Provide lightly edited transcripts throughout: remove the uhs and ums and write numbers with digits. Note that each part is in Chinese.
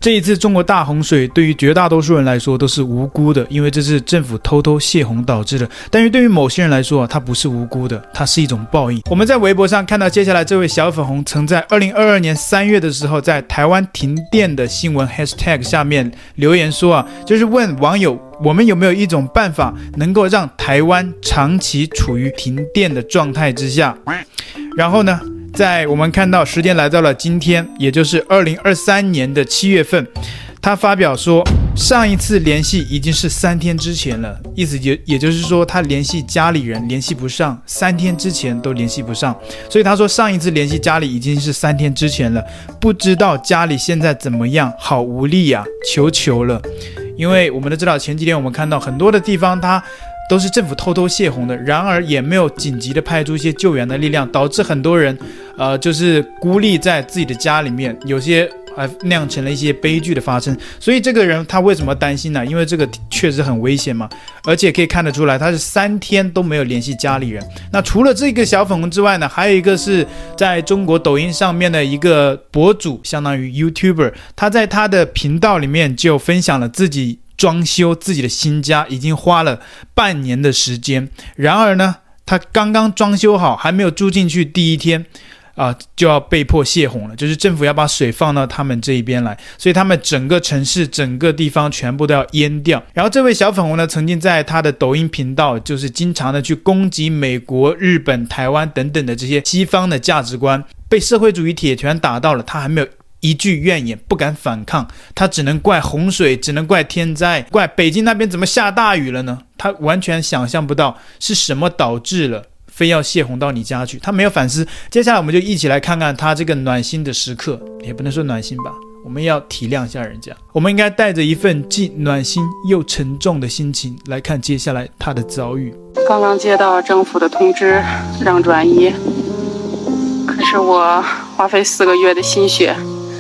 这一次中国大洪水对于绝大多数人来说都是无辜的，因为这是政府偷偷泄洪导致的。但是对于某些人来说它不是无辜的，它是一种报应。我们在微博上看到接下来这位小粉红曾在2022年3月的时候在台湾停电的新闻 hashtag 下面留言说就是问网友，我们有没有一种办法能够让台湾长期处于停电的状态之下。然后呢，在我们看到时间来到了今天，也就是2023年的7月份，他发表说上一次联系已经是3天之前了，意思也就是说他联系家里人联系不上，3天之前都联系不上，所以他说上一次联系家里已经是3天之前了，不知道家里现在怎么样，好无力啊，求了。因为我们都知道前几天我们看到很多的地方它都是政府偷偷泄洪的，然而也没有紧急的派出一些救援的力量，导致很多人就是孤立在自己的家里面，有些还酿成了一些悲剧的发生。所以这个人他为什么担心呢？因为这个确实很危险嘛，而且可以看得出来他是3天都没有联系家里人。那除了这个小粉红之外呢，还有一个是在中国抖音上面的一个博主，相当于 YouTuber， 他在他的频道里面就分享了自己装修自己的新家已经花了半年的时间，然而呢他刚刚装修好还没有住进去第一天就要被迫泄洪了，就是政府要把水放到他们这一边来，所以他们整个城市整个地方全部都要淹掉。然后这位小粉红呢，曾经在他的抖音频道就是经常的去攻击美国、日本、台湾等等的这些西方的价值观，被社会主义铁拳打到了，他还没有一句怨言，不敢反抗，他只能怪洪水，只能怪天灾，怪北京那边怎么下大雨了呢？他完全想象不到是什么导致了非要泄洪到你家去，他没有反思。接下来我们就一起来看看他这个暖心的时刻，也不能说暖心吧，我们要体谅一下人家，我们应该带着一份既暖心又沉重的心情来看接下来他的遭遇。 刚刚接到政府的通知让转移，可是我花费4个月的心血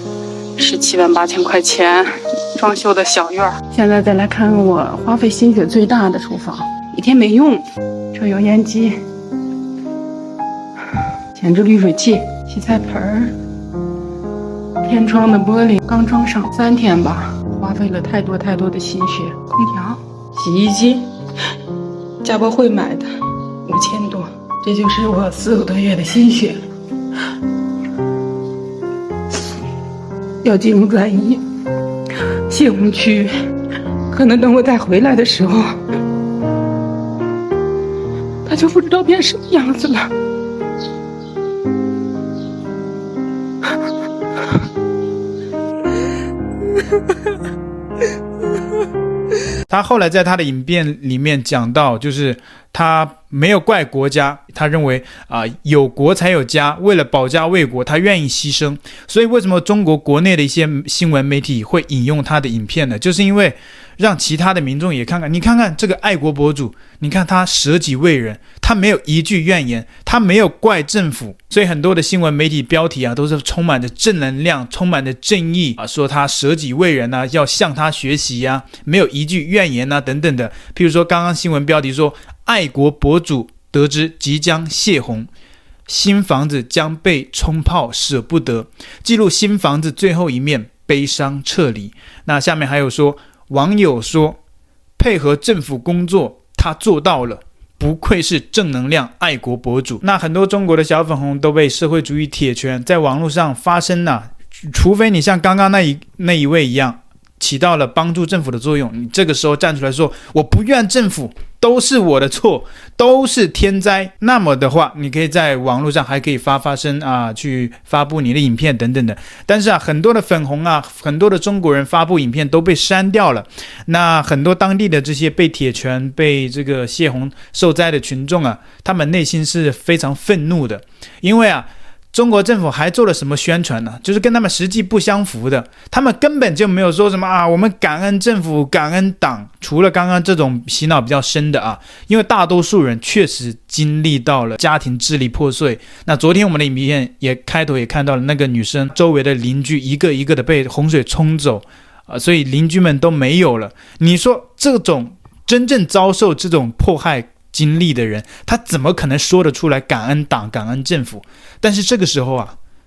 ，17万8千块钱装修的小院，现在再来看看我花费心血最大的厨房，一天没用。这油烟机、前置滤水器、洗菜盆、天窗的玻璃刚装上3天吧，花费了太多的心血。空调、洗衣机，家博会买的5000多，这就是我4个多月的心血。要进入转移泄洪区，可能等我再回来的时候，他就不知道变什么样子了。 他后来在他的影片里面讲到，就是他没有怪国家，他认为有国才有家，为了保家卫国他愿意牺牲。所以为什么中国国内的一些新闻媒体会引用他的影片呢？就是因为让其他的民众也看看，你看看这个爱国博主，你看他舍己为人，他没有一句怨言，他没有怪政府。所以很多的新闻媒体标题都是充满着正能量，充满着正义说他舍己为人要向他学习没有一句怨言等等的。譬如说刚刚新闻标题说爱国博主得知即将泄洪，新房子将被冲泡舍不得，记录新房子最后一面，悲伤撤离。那下面还有说，网友说配合政府工作他做到了，不愧是正能量爱国博主。那很多中国的小粉红都被社会主义铁拳在网络上发声除非你像刚刚那一位一样起到了帮助政府的作用，你这个时候站出来说我不怨政府，都是我的错，都是天灾，那么的话你可以在网络上还可以发声去发布你的影片等等的。但是很多的粉红很多的中国人发布影片都被删掉了。那很多当地的这些被铁拳被这个泄洪受灾的群众他们内心是非常愤怒的，因为中国政府还做了什么宣传呢？就是跟他们实际不相符的，他们根本就没有说什么我们感恩政府感恩党，除了刚刚这种洗脑比较深的因为大多数人确实经历到了家庭支离破碎。那昨天我们的影片开头也看到了那个女生周围的邻居一个一个的被洪水冲走所以邻居们都没有了。你说这种真正遭受这种迫害经历的人，他怎么可能说得出来感恩党感恩政府？但是这个时候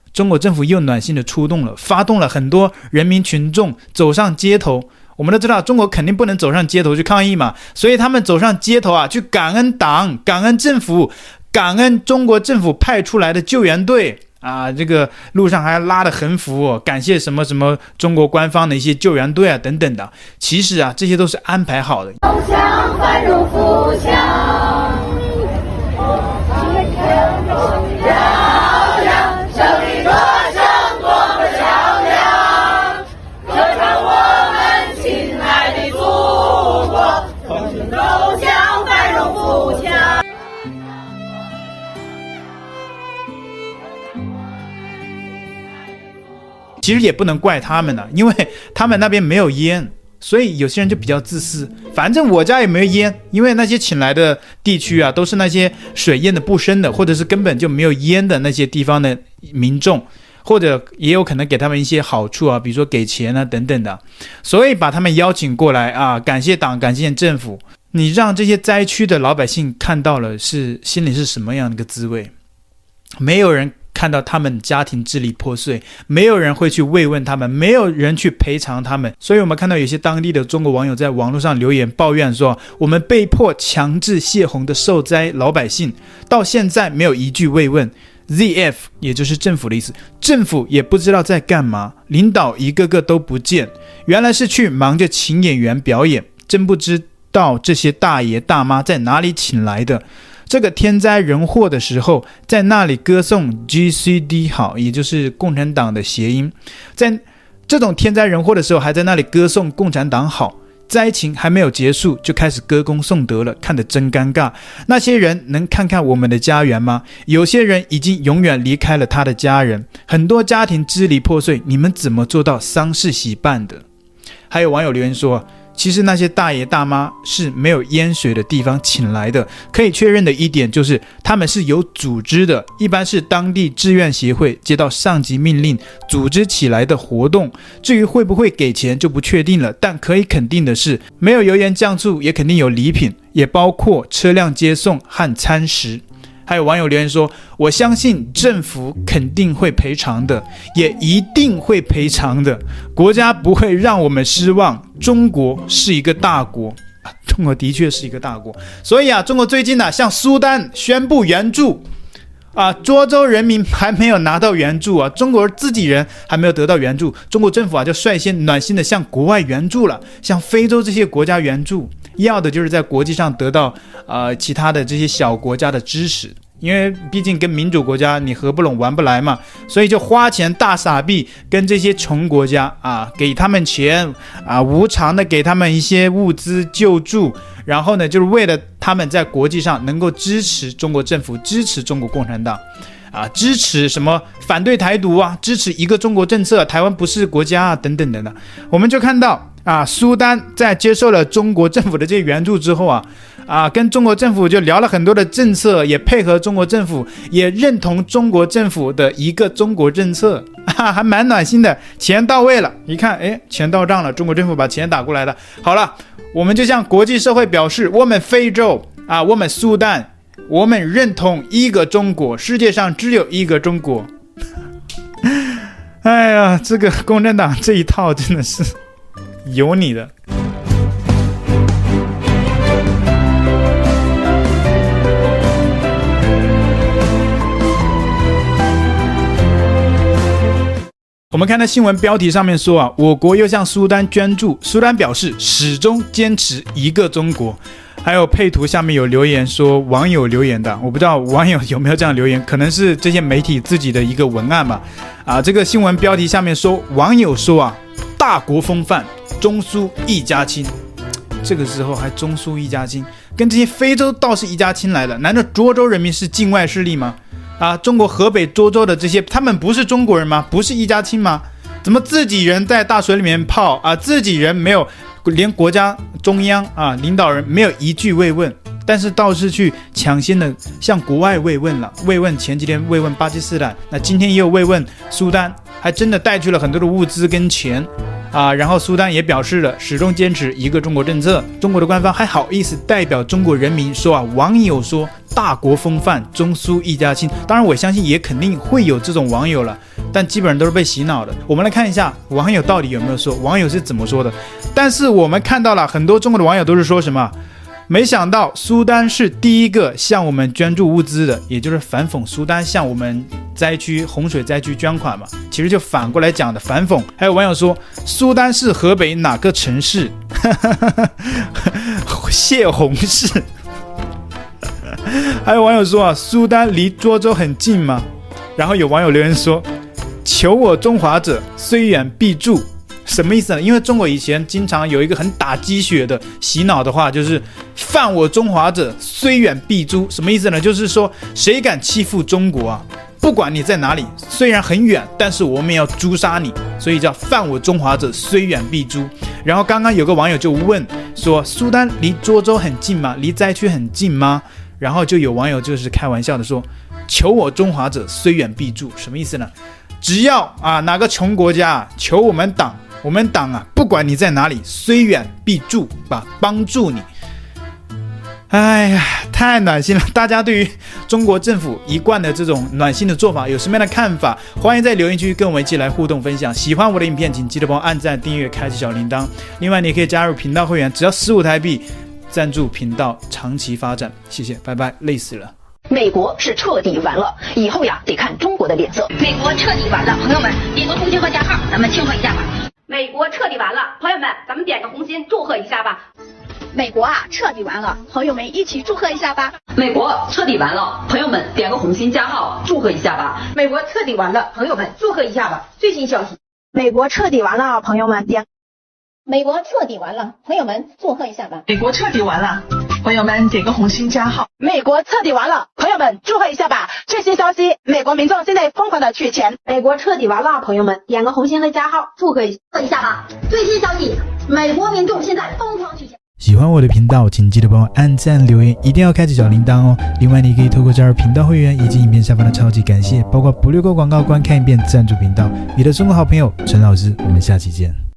中国政府又暖心的出动了，发动了很多人民群众走上街头。我们都知道中国肯定不能走上街头去抗议嘛，所以他们走上街头啊，去感恩党、感恩政府、感恩中国政府派出来的救援队啊，这个路上还拉的横幅，感谢什么什么中国官方的一些救援队啊等等的。其实啊，这些都是安排好的。 共享繁荣富强，胜利多胜光的照亮，歌唱我们亲爱的祖国，共享繁荣富强。 其实也不能怪他们呢，因为他们那边没有烟，所以有些人就比较自私。反正我家也没有烟，因为那些请来的地区啊，都是那些水淹的不深的，或者是根本就没有烟的那些地方的民众，或者也有可能给他们一些好处啊，比如说给钱啊等等的，所以把他们邀请过来啊，感谢党，感谢政府。你让这些灾区的老百姓看到了心里是什么样的一个滋味？没有人看到他们家庭支离破碎，没有人会去慰问他们，没有人去赔偿他们。所以我们看到有些当地的中国网友在网络上留言抱怨说，我们被迫强制泄洪的受灾老百姓到现在没有一句慰问。 ZF 也就是政府的意思，政府也不知道在干嘛，领导一个个都不见，原来是去忙着请演员表演，真不知道这些大爷大妈在哪里请来的。这个天灾人祸的时候，在那里歌颂 GCD 好，也就是共产党的谐音，在这种天灾人祸的时候还在那里歌颂共产党好，灾情还没有结束就开始歌功颂德了，看得真尴尬。那些人能看看我们的家园吗？有些人已经永远离开了他的家人，很多家庭支离破碎，你们怎么做到丧事喜办的？还有网友留言说，其实那些大爷大妈是没有淹水的地方请来的，可以确认的一点就是他们是有组织的，一般是当地志愿协会接到上级命令组织起来的活动。至于会不会给钱就不确定了，但可以肯定的是，没有油盐酱醋也肯定有礼品，也包括车辆接送和餐食。还有网友留言说，我相信政府肯定会赔偿的，也一定会赔偿的，国家不会让我们失望，中国是一个大国。中国的确是一个大国，所以啊，中国最近啊向苏丹宣布援助啊，涿州人民还没有拿到援助啊，中国自己人还没有得到援助，中国政府啊就率先暖心的向国外援助了，向非洲这些国家援助，要的就是在国际上得到其他的这些小国家的支持。因为毕竟跟民主国家你合不拢玩不来嘛，所以就花钱大撒币跟这些穷国家啊，给他们钱啊，无偿的给他们一些物资救助，然后呢就是为了他们在国际上能够支持中国政府，支持中国共产党啊，支持什么反对台独啊，支持一个中国政策，台湾不是国家啊等等等等。我们就看到啊，苏丹在接受了中国政府的这些援助之后跟中国政府就聊了很多的政策，也配合中国政府，也认同中国政府的一个中国政策还蛮暖心的。钱到位了，一看钱到账了，中国政府把钱打过来了。好了，我们就向国际社会表示，我们非洲我们苏丹，我们认同一个中国，世界上只有一个中国。哎呀，这个共产党这一套真的是有你的。我们看到新闻标题上面说我国又向苏丹捐助，苏丹表示始终坚持一个中国。还有配图下面有留言说，网友留言的，我不知道网友有没有这样留言，可能是这些媒体自己的一个文案吧。这个新闻标题下面说，网友说大国风范，中苏一家亲。这个时候还中苏一家亲，跟这些非洲倒是一家亲来了，难道涿州人民是境外势力吗？中国河北涿州的这些，他们不是中国人吗？不是一家亲吗？怎么自己人在大水里面泡自己人没有，连国家中央领导人没有一句慰问，但是倒是去抢先的向国外慰问了，慰问前几天慰问巴基斯坦，那今天也有慰问苏丹，还真的带去了很多的物资跟钱然后苏丹也表示了始终坚持一个中国政策。中国的官方还好意思代表中国人民说网友说大国风范，中苏一家亲。当然我相信也肯定会有这种网友了，但基本上都是被洗脑的。我们来看一下网友到底有没有说，网友是怎么说的。但是我们看到了很多中国的网友都是说什么，没想到苏丹是第一个向我们捐助物资的，也就是反讽苏丹向我们洪水灾区捐款嘛，其实就反过来讲的反讽。还有网友说苏丹是河北哪个城市？泄洪市。还有网友说苏丹离涿州很近吗？然后有网友留言说求我中华者，虽远必诛。什么意思呢？因为中国以前经常有一个很打鸡血的洗脑的话，就是犯我中华者，虽远必诛。什么意思呢？就是说谁敢欺负中国不管你在哪里，虽然很远，但是我们要诛杀你，所以叫犯我中华者，虽远必诛。然后刚刚有个网友就问说苏丹离涿州很近吗？离灾区很近吗？然后就有网友就是开玩笑的说求我中华者，虽远必诛。什么意思呢？只要哪个穷国家求我们党不管你在哪里，虽远必诛，帮助你。哎呀，太暖心了！大家对于中国政府一贯的这种暖心的做法有什么样的看法？欢迎在留言区跟我们一起来互动分享。喜欢我的影片，请记得帮我按赞、订阅、开启小铃铛。另外，你也可以加入频道会员，只要15台币，赞助频道长期发展。谢谢，拜拜，累死了。 美国是彻底完了，以后得看中国的脸色。 美国彻底完了，朋友们，点个红心和加号，咱们庆贺一下吧。 美国彻底完了，朋友们，咱们点个红心祝贺一下吧。 美国彻底完了，朋友们一起祝贺一下吧。 美国彻底完了，朋友们点个红心加号祝贺一下吧。 美国彻底完了，朋友们祝贺一下吧。最新消息， 美国彻底完了，朋友们美国彻底完了，朋友们祝贺一下吧。 美国彻底完了，朋友们点个红心加号。 美国彻底完了，朋友们祝贺一下吧。最新消息，美国民众现在疯狂的取钱。 美国彻底完了，朋友们点个红心和加号祝贺一下吧。最新消息，美国民众现在疯狂取钱。 喜欢我的频道，请记得帮我按赞、留言，一定要开启小铃铛哦。另外，你可以透过加入频道会员以及影片下方的超级感谢，包括不略过广告、观看一遍赞助频道。你的中国好朋友陈老师，我们下期见。